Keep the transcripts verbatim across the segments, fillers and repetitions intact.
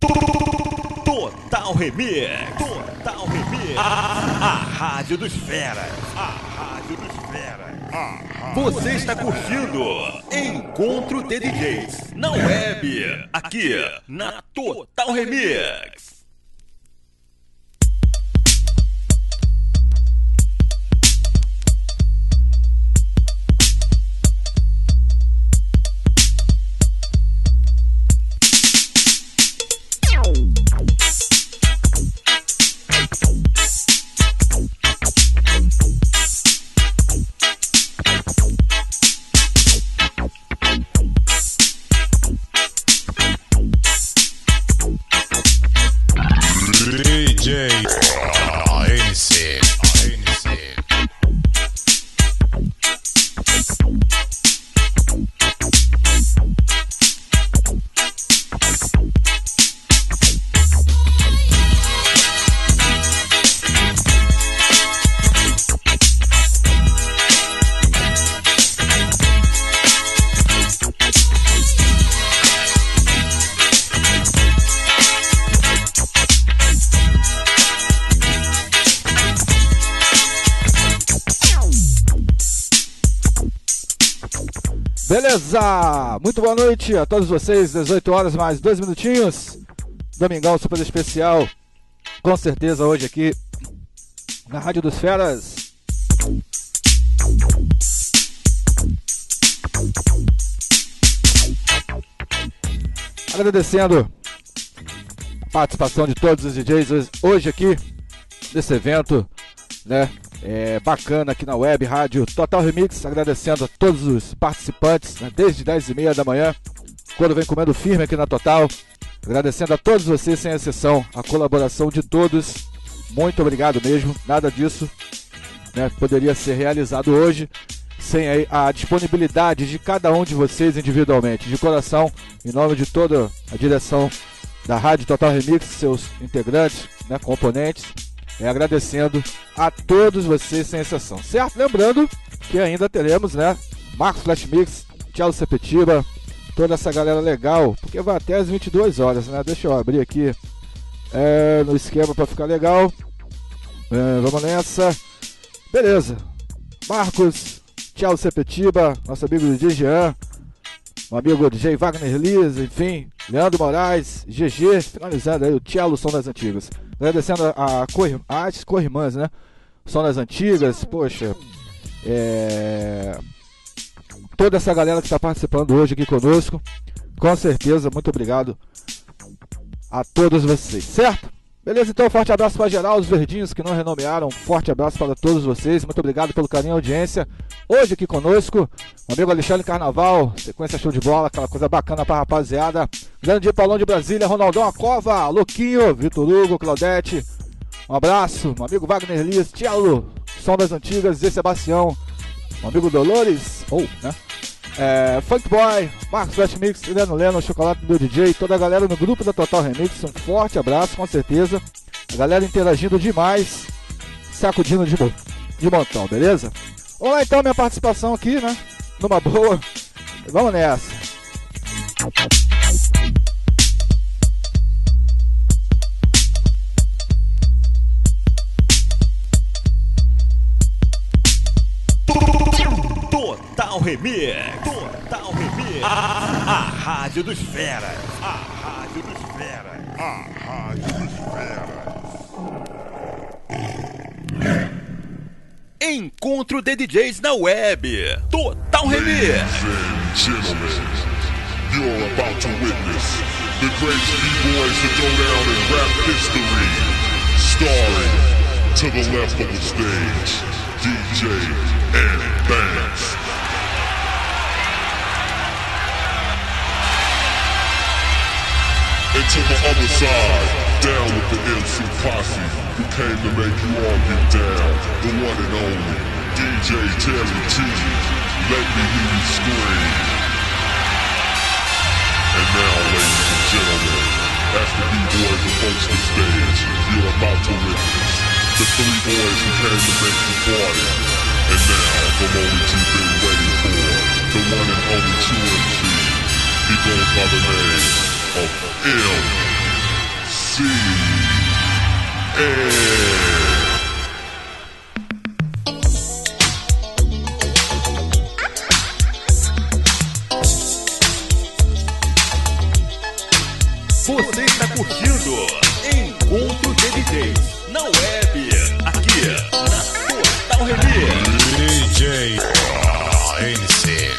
Total Remix. Total Remix. A, a Rádio dos Feras. A Rádio dos Feras. Você está curtindo Encontro de D Js na web, aqui na Total Remix. D J A N C. Beleza! Muito boa noite a todos vocês, dezoito horas mais dois minutinhos. Domingão super especial, com certeza hoje aqui na Rádio dos Feras. Agradecendo a participação de todos os D Js hoje aqui nesse evento, né? É bacana aqui na web, rádio Total Remix, agradecendo a todos os participantes, né, desde dez e meia da manhã, quando vem comendo firme aqui na Total, agradecendo a todos vocês, sem exceção, a colaboração de todos, muito obrigado mesmo, nada disso, né, poderia ser realizado hoje, sem aí a disponibilidade de cada um de vocês individualmente, de coração, em nome de toda a direção da Rádio Total Remix, seus integrantes, né, componentes, É, agradecendo a todos vocês sem exceção, certo? Lembrando que ainda teremos, né, Marcos Flash Mix, Thiago Sepetiba, toda essa galera legal, porque vai até as vinte e duas horas, né? Deixa eu abrir aqui é, no esquema para ficar legal. É, vamos nessa. Beleza. Marcos, Thiago Sepetiba, nosso amigo D J Jean, o amigo D J Wagner Lisa, enfim, Leandro Moraes, G G, finalizando aí o Thiago Som das Antigas. Agradecendo a, a, as co-irmãs, né? Som das Antigas, poxa. É... Toda essa galera que está participando hoje aqui conosco. Com certeza, muito obrigado a todos vocês, certo? Beleza, então, forte abraço para geral, os verdinhos que não renomearam. Forte abraço para todos vocês. Muito obrigado pelo carinho e audiência. Hoje aqui conosco, o amigo Alexandre Carnaval. Sequência show de bola, aquela coisa bacana pra rapaziada. Grande Paulão de Brasília, Ronaldão Acova, Louquinho, Vitor Hugo, Claudete. Um abraço, meu amigo Wagner Lias, Thiago, Som das Antigas, Zé Sebastião, meu amigo Dolores, ou, oh, né? É, Funk Boy, Marcos Flash Mix, Leno Leno, Chocolate do D J, toda a galera no grupo da Total Remix, um forte abraço, com certeza. A galera interagindo demais, sacudindo de, de montão, beleza? Vamos lá então, minha participação aqui, né? Numa boa. Vamos nessa. Total Remix. Total Remix. A, a Rádio dos Feras. A Rádio dos Feras. A Rádio dos Feras. Encontro de D Js na web. Total Remix. Ladies and gentlemen, you're about to witness the greatest B-boys to go down in rap history. Starring to the left of the stage, D J and Banks. And to the other side, down with the M C posse, who came to make you all get down, the one and only D J Terry T. Let me hear you scream. And now, ladies and gentlemen, as the B-boys approach the stage, you're about to witness the three boys who came to make you party. And now, the moment you've been waiting for, the one and only true M C. He goes by the name of M C. Air. Você está curtindo Encontro D J Js na web, aqui na Total Remix. D J N C.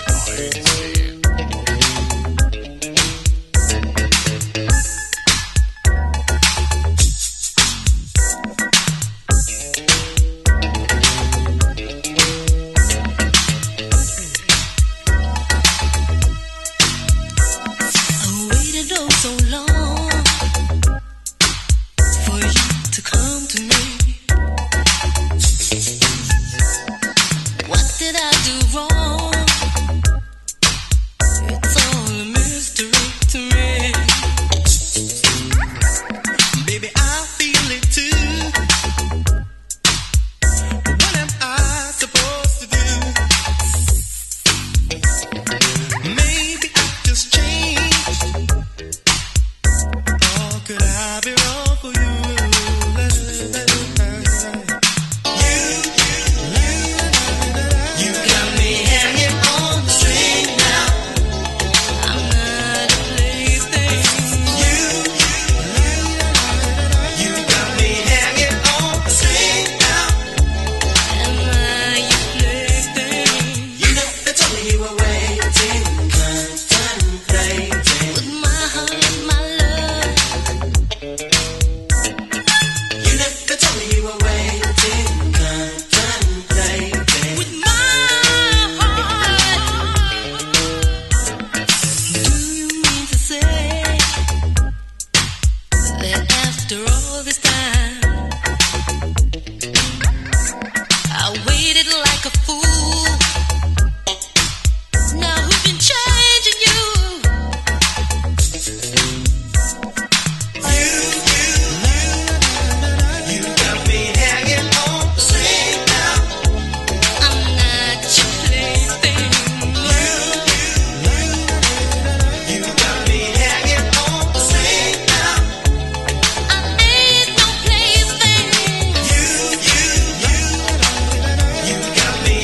Me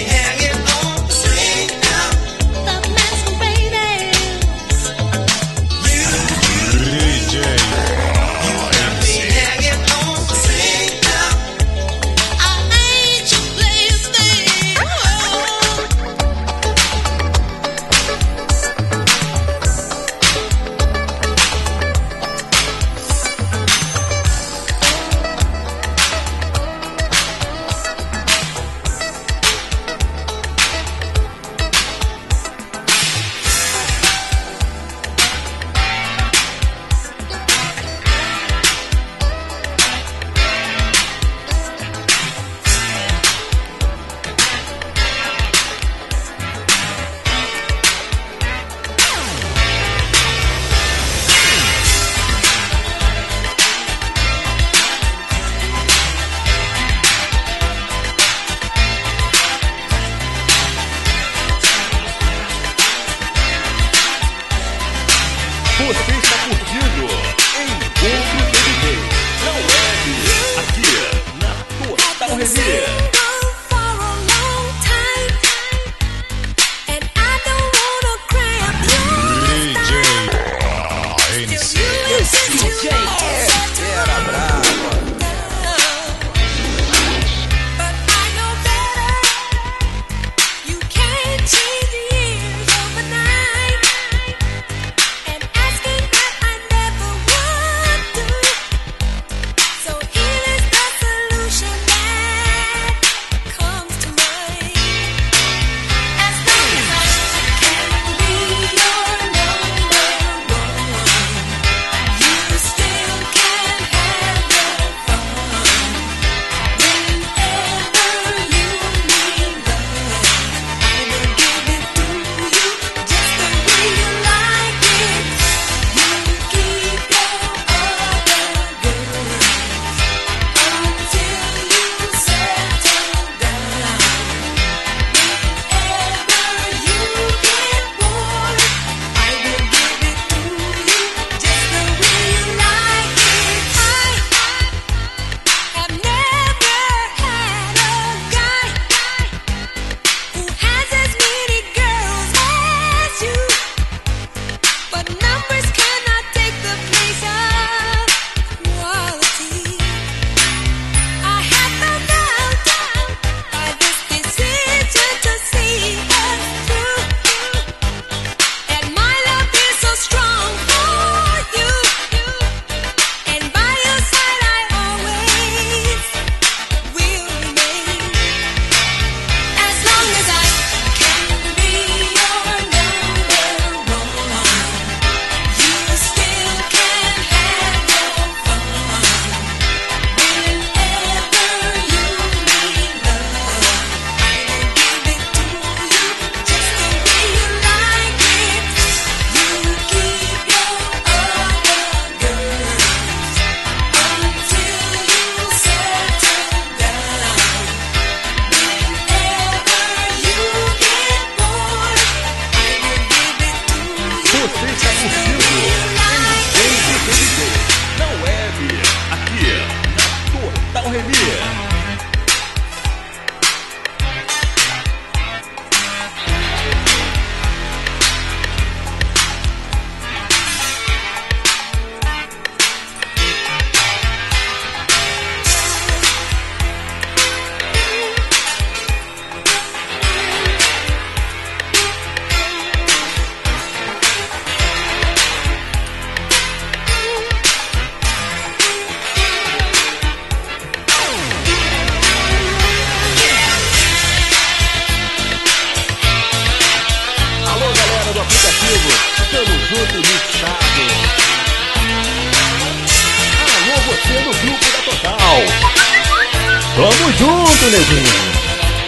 Tamo junto, neguinho.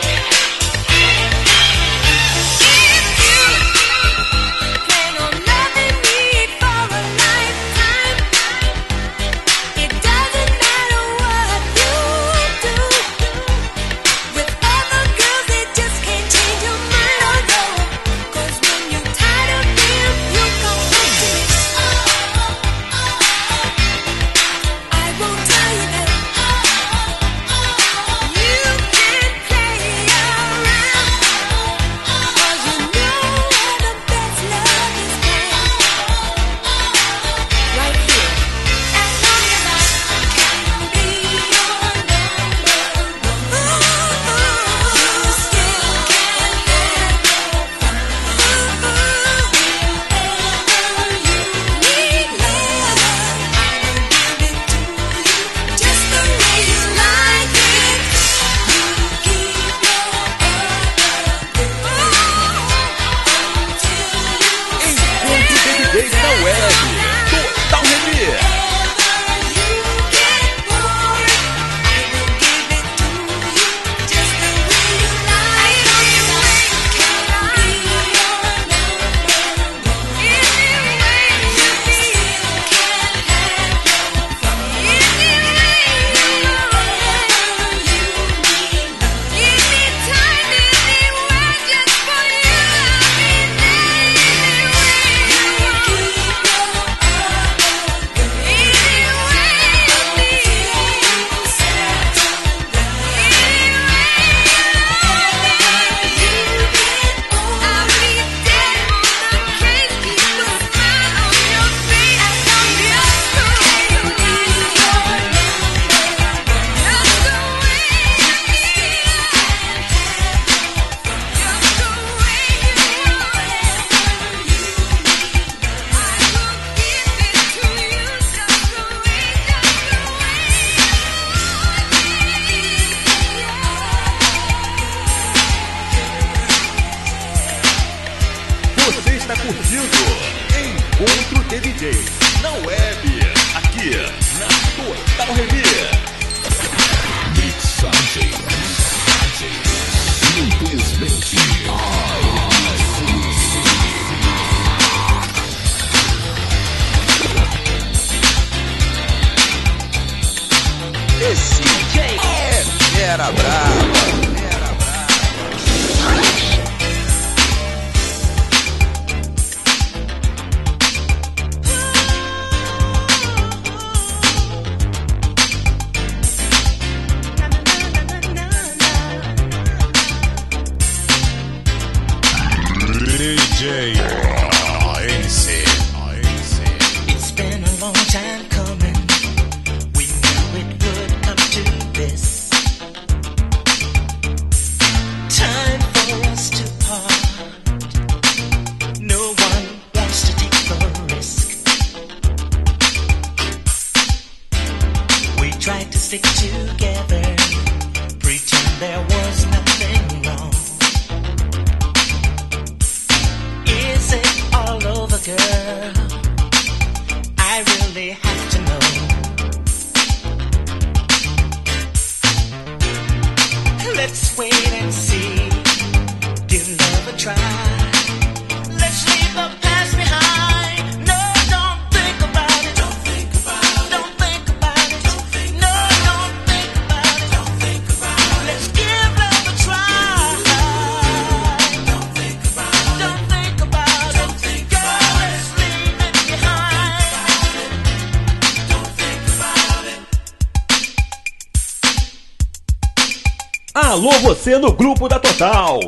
Alô, você no grupo da Total.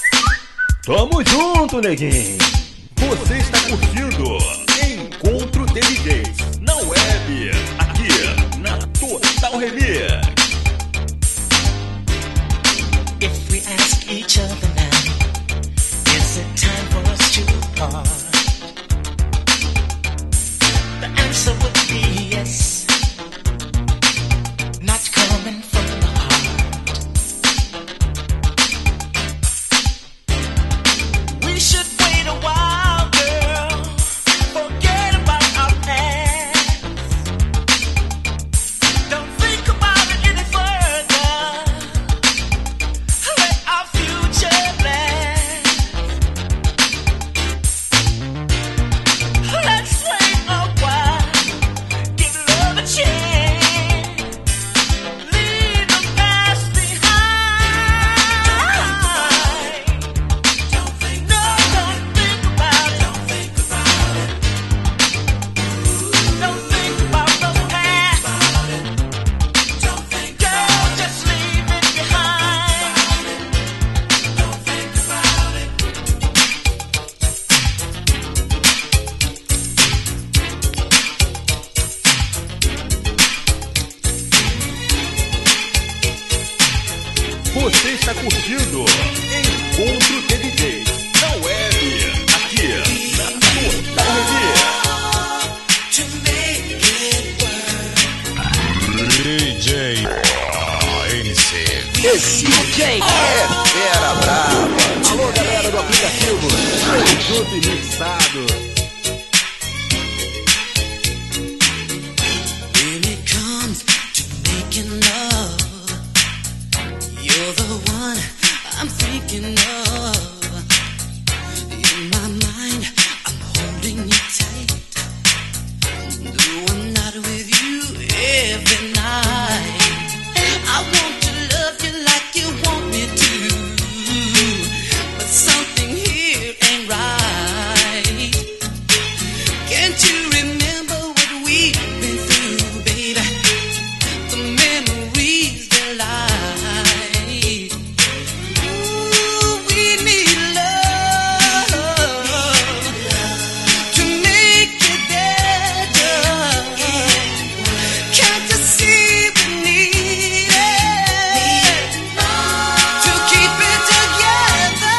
Tamo junto, neguinho. Você está curtindo Encontro D J Js na web, aqui na Total Remix. If we ask each other now, is it time for us to part? The answer would be yes. Not coming from the heart. We should wait a while, girl. Forget about our past. Você está curtindo Encontro D D Js na web, aqui na Total Remix. D J N C. Esse D J é fera brava. Alô, galera do aplicativo, tudo junto e mixado. When it comes to making love, you're the one I'm thinking of. In my mind, I'm holding you tight. Though I'm not with you every night, I want to love you like you want me to, but something here ain't right. Can't you remember what we've been through, baby? The memories they lie. Ooh, we need love to make it better. Can't you see we need it to keep it together?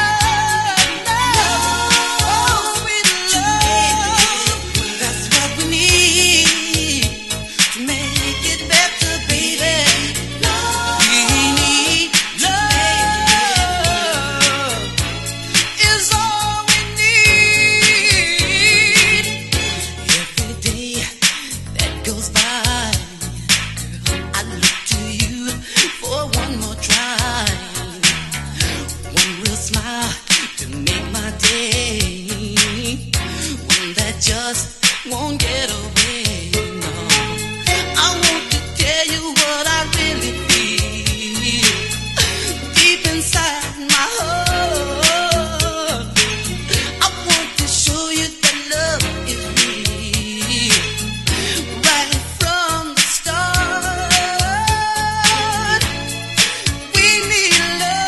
Oh, sweet love, that's what we need to make it better, baby. We need love is all we need. Every day that goes by, I look to you for one more try, one real smile to make my day, one that just won't get away. No, I want to tell you what I really feel deep inside my heart. I want to show you that love is real right from the start. We need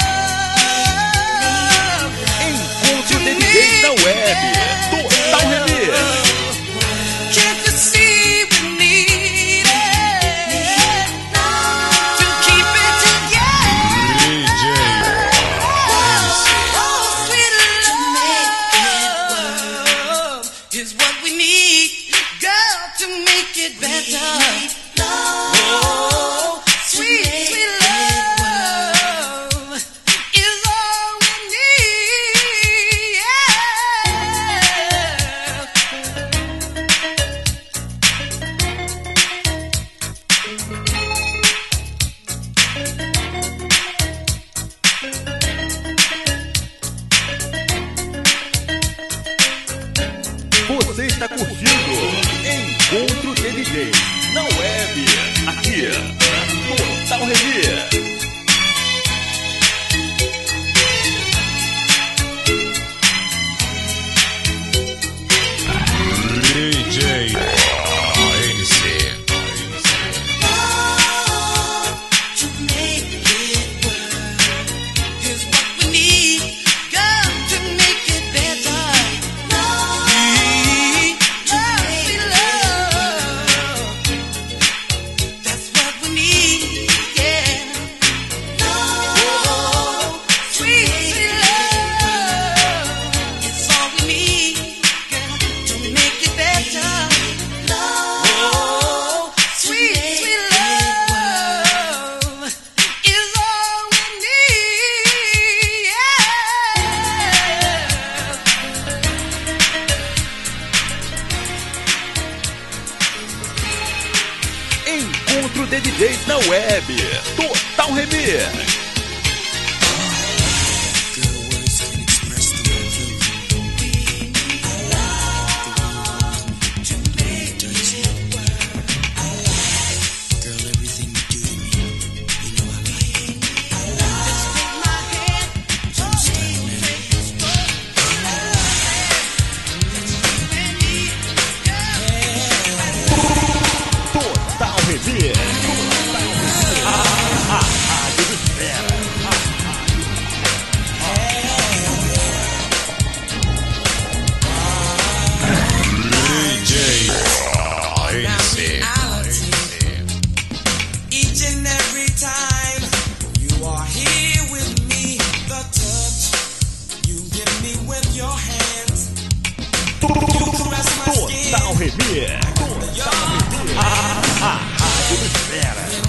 love. Encontro D D Js na web, Total Remix. Can't you see we need it to keep it together? D J N C. Oh, sweet love is what we need, girl, to make it better. Oh, sweet, sweet love is all we need. Você está curtindo Encontro D D Js na web, aqui na Total Remix. D J N C. To make it work is what we need, girl, to make it better. Love, sweet love, that's what we need, yeah. Oh, sweet, sweet love, it's all we need, girl, to make it better. Oh, sweet, sweet love is all we need, yeah. Encontro D D Js na web, Total Remix. Total Remix. A, a, a Rádio dos Fera. Remix. Total Remix. A, a Rádio dos Feras.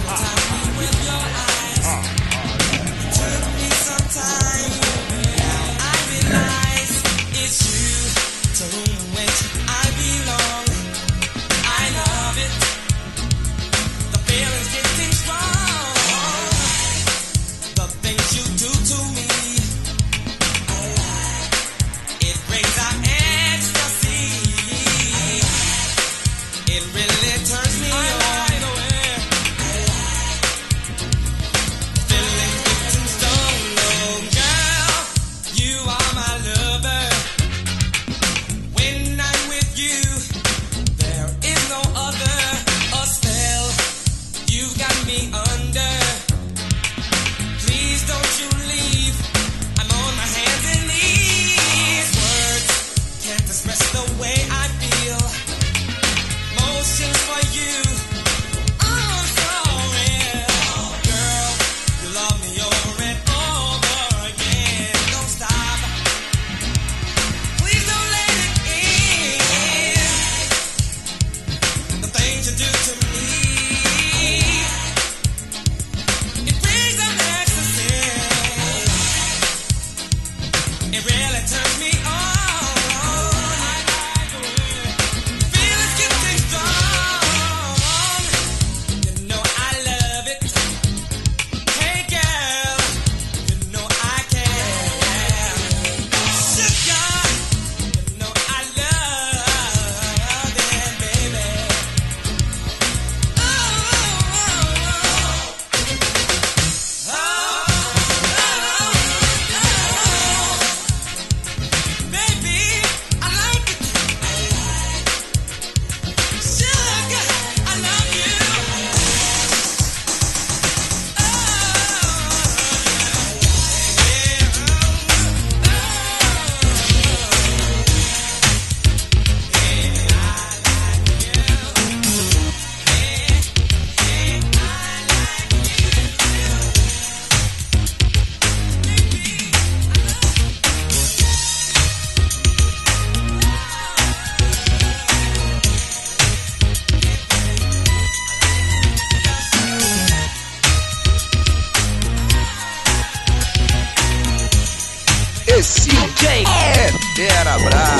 Esse D J é fera brava.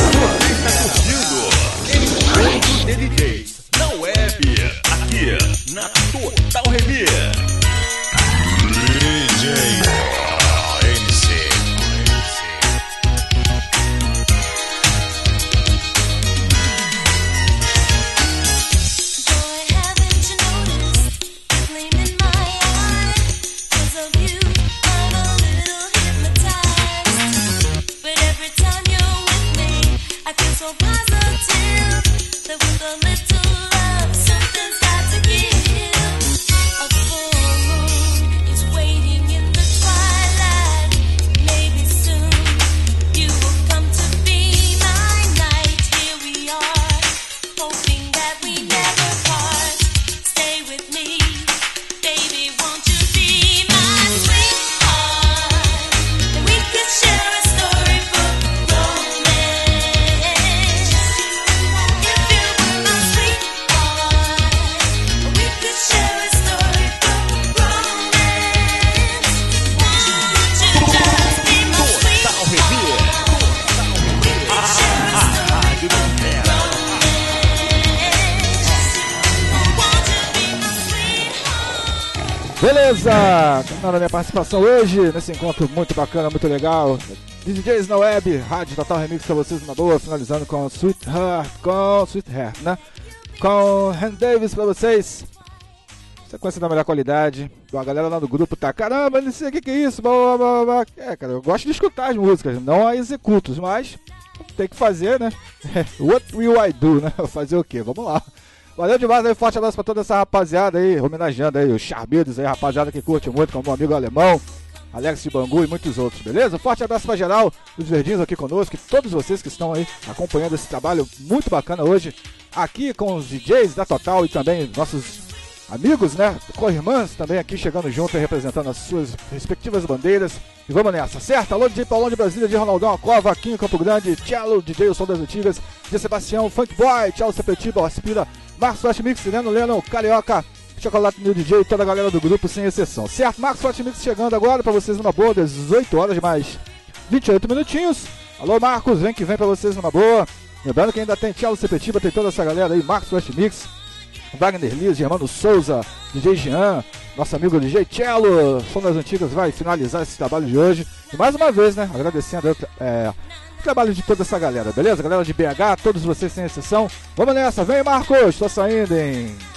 Você está curtindo Encontro de D Js na web, aqui na Total Remix. D J N C. Beleza, terminando a minha participação hoje nesse encontro muito bacana, muito legal. D Js na web, Rádio Total Remix pra vocês na boa, finalizando com Sweetheart, com Sweetheart, né? Com Hans Davis pra vocês. Sequência da melhor qualidade. A galera lá no grupo tá, caramba, não sei o que, que é isso, blá, blá, blá. É, cara, eu gosto de escutar as músicas, não a executo, mas tem que fazer, né? What will I do, né? Fazer o quê? Vamos lá. Valeu demais aí, forte abraço pra toda essa rapaziada aí, homenageando aí os charbidos aí, rapaziada que curte muito, como o amigo alemão, Alex de Bangu e muitos outros, beleza? Forte abraço pra geral, os verdinhos aqui conosco, e todos vocês que estão aí acompanhando esse trabalho muito bacana hoje, aqui com os D Js da Total e também nossos amigos, né? Co-irmãs também aqui chegando junto e representando as suas respectivas bandeiras. E vamos nessa, certo? Alô, D J Paulão de Brasília, de Ronaldão, Cova, aqui em Campo Grande, Cello, D J O Som das Antigas, D Sebastião, Funk Boy, Tchau Sepetiba, Aspira, Marcos Flash Mix, Leno, Leno, Carioca, Chocolate New D J, toda a galera do grupo sem exceção, certo? Marcos Flash Mix chegando agora pra vocês numa boa, dezoito horas mais vinte e oito minutinhos. Alô, Marcos, vem que vem pra vocês numa boa. Lembrando que ainda tem Tchau Sepetiba, tem toda essa galera aí, Marcos Flash Mix, Wagner Liz, Germano Souza, D J Jean, nosso amigo D J Cello, Som das Antigas vai finalizar esse trabalho de hoje. E mais uma vez, né, agradecendo é, o trabalho de toda essa galera, beleza? Galera de B H, todos vocês sem exceção. Vamos nessa, vem Marcos, tô saindo, hein?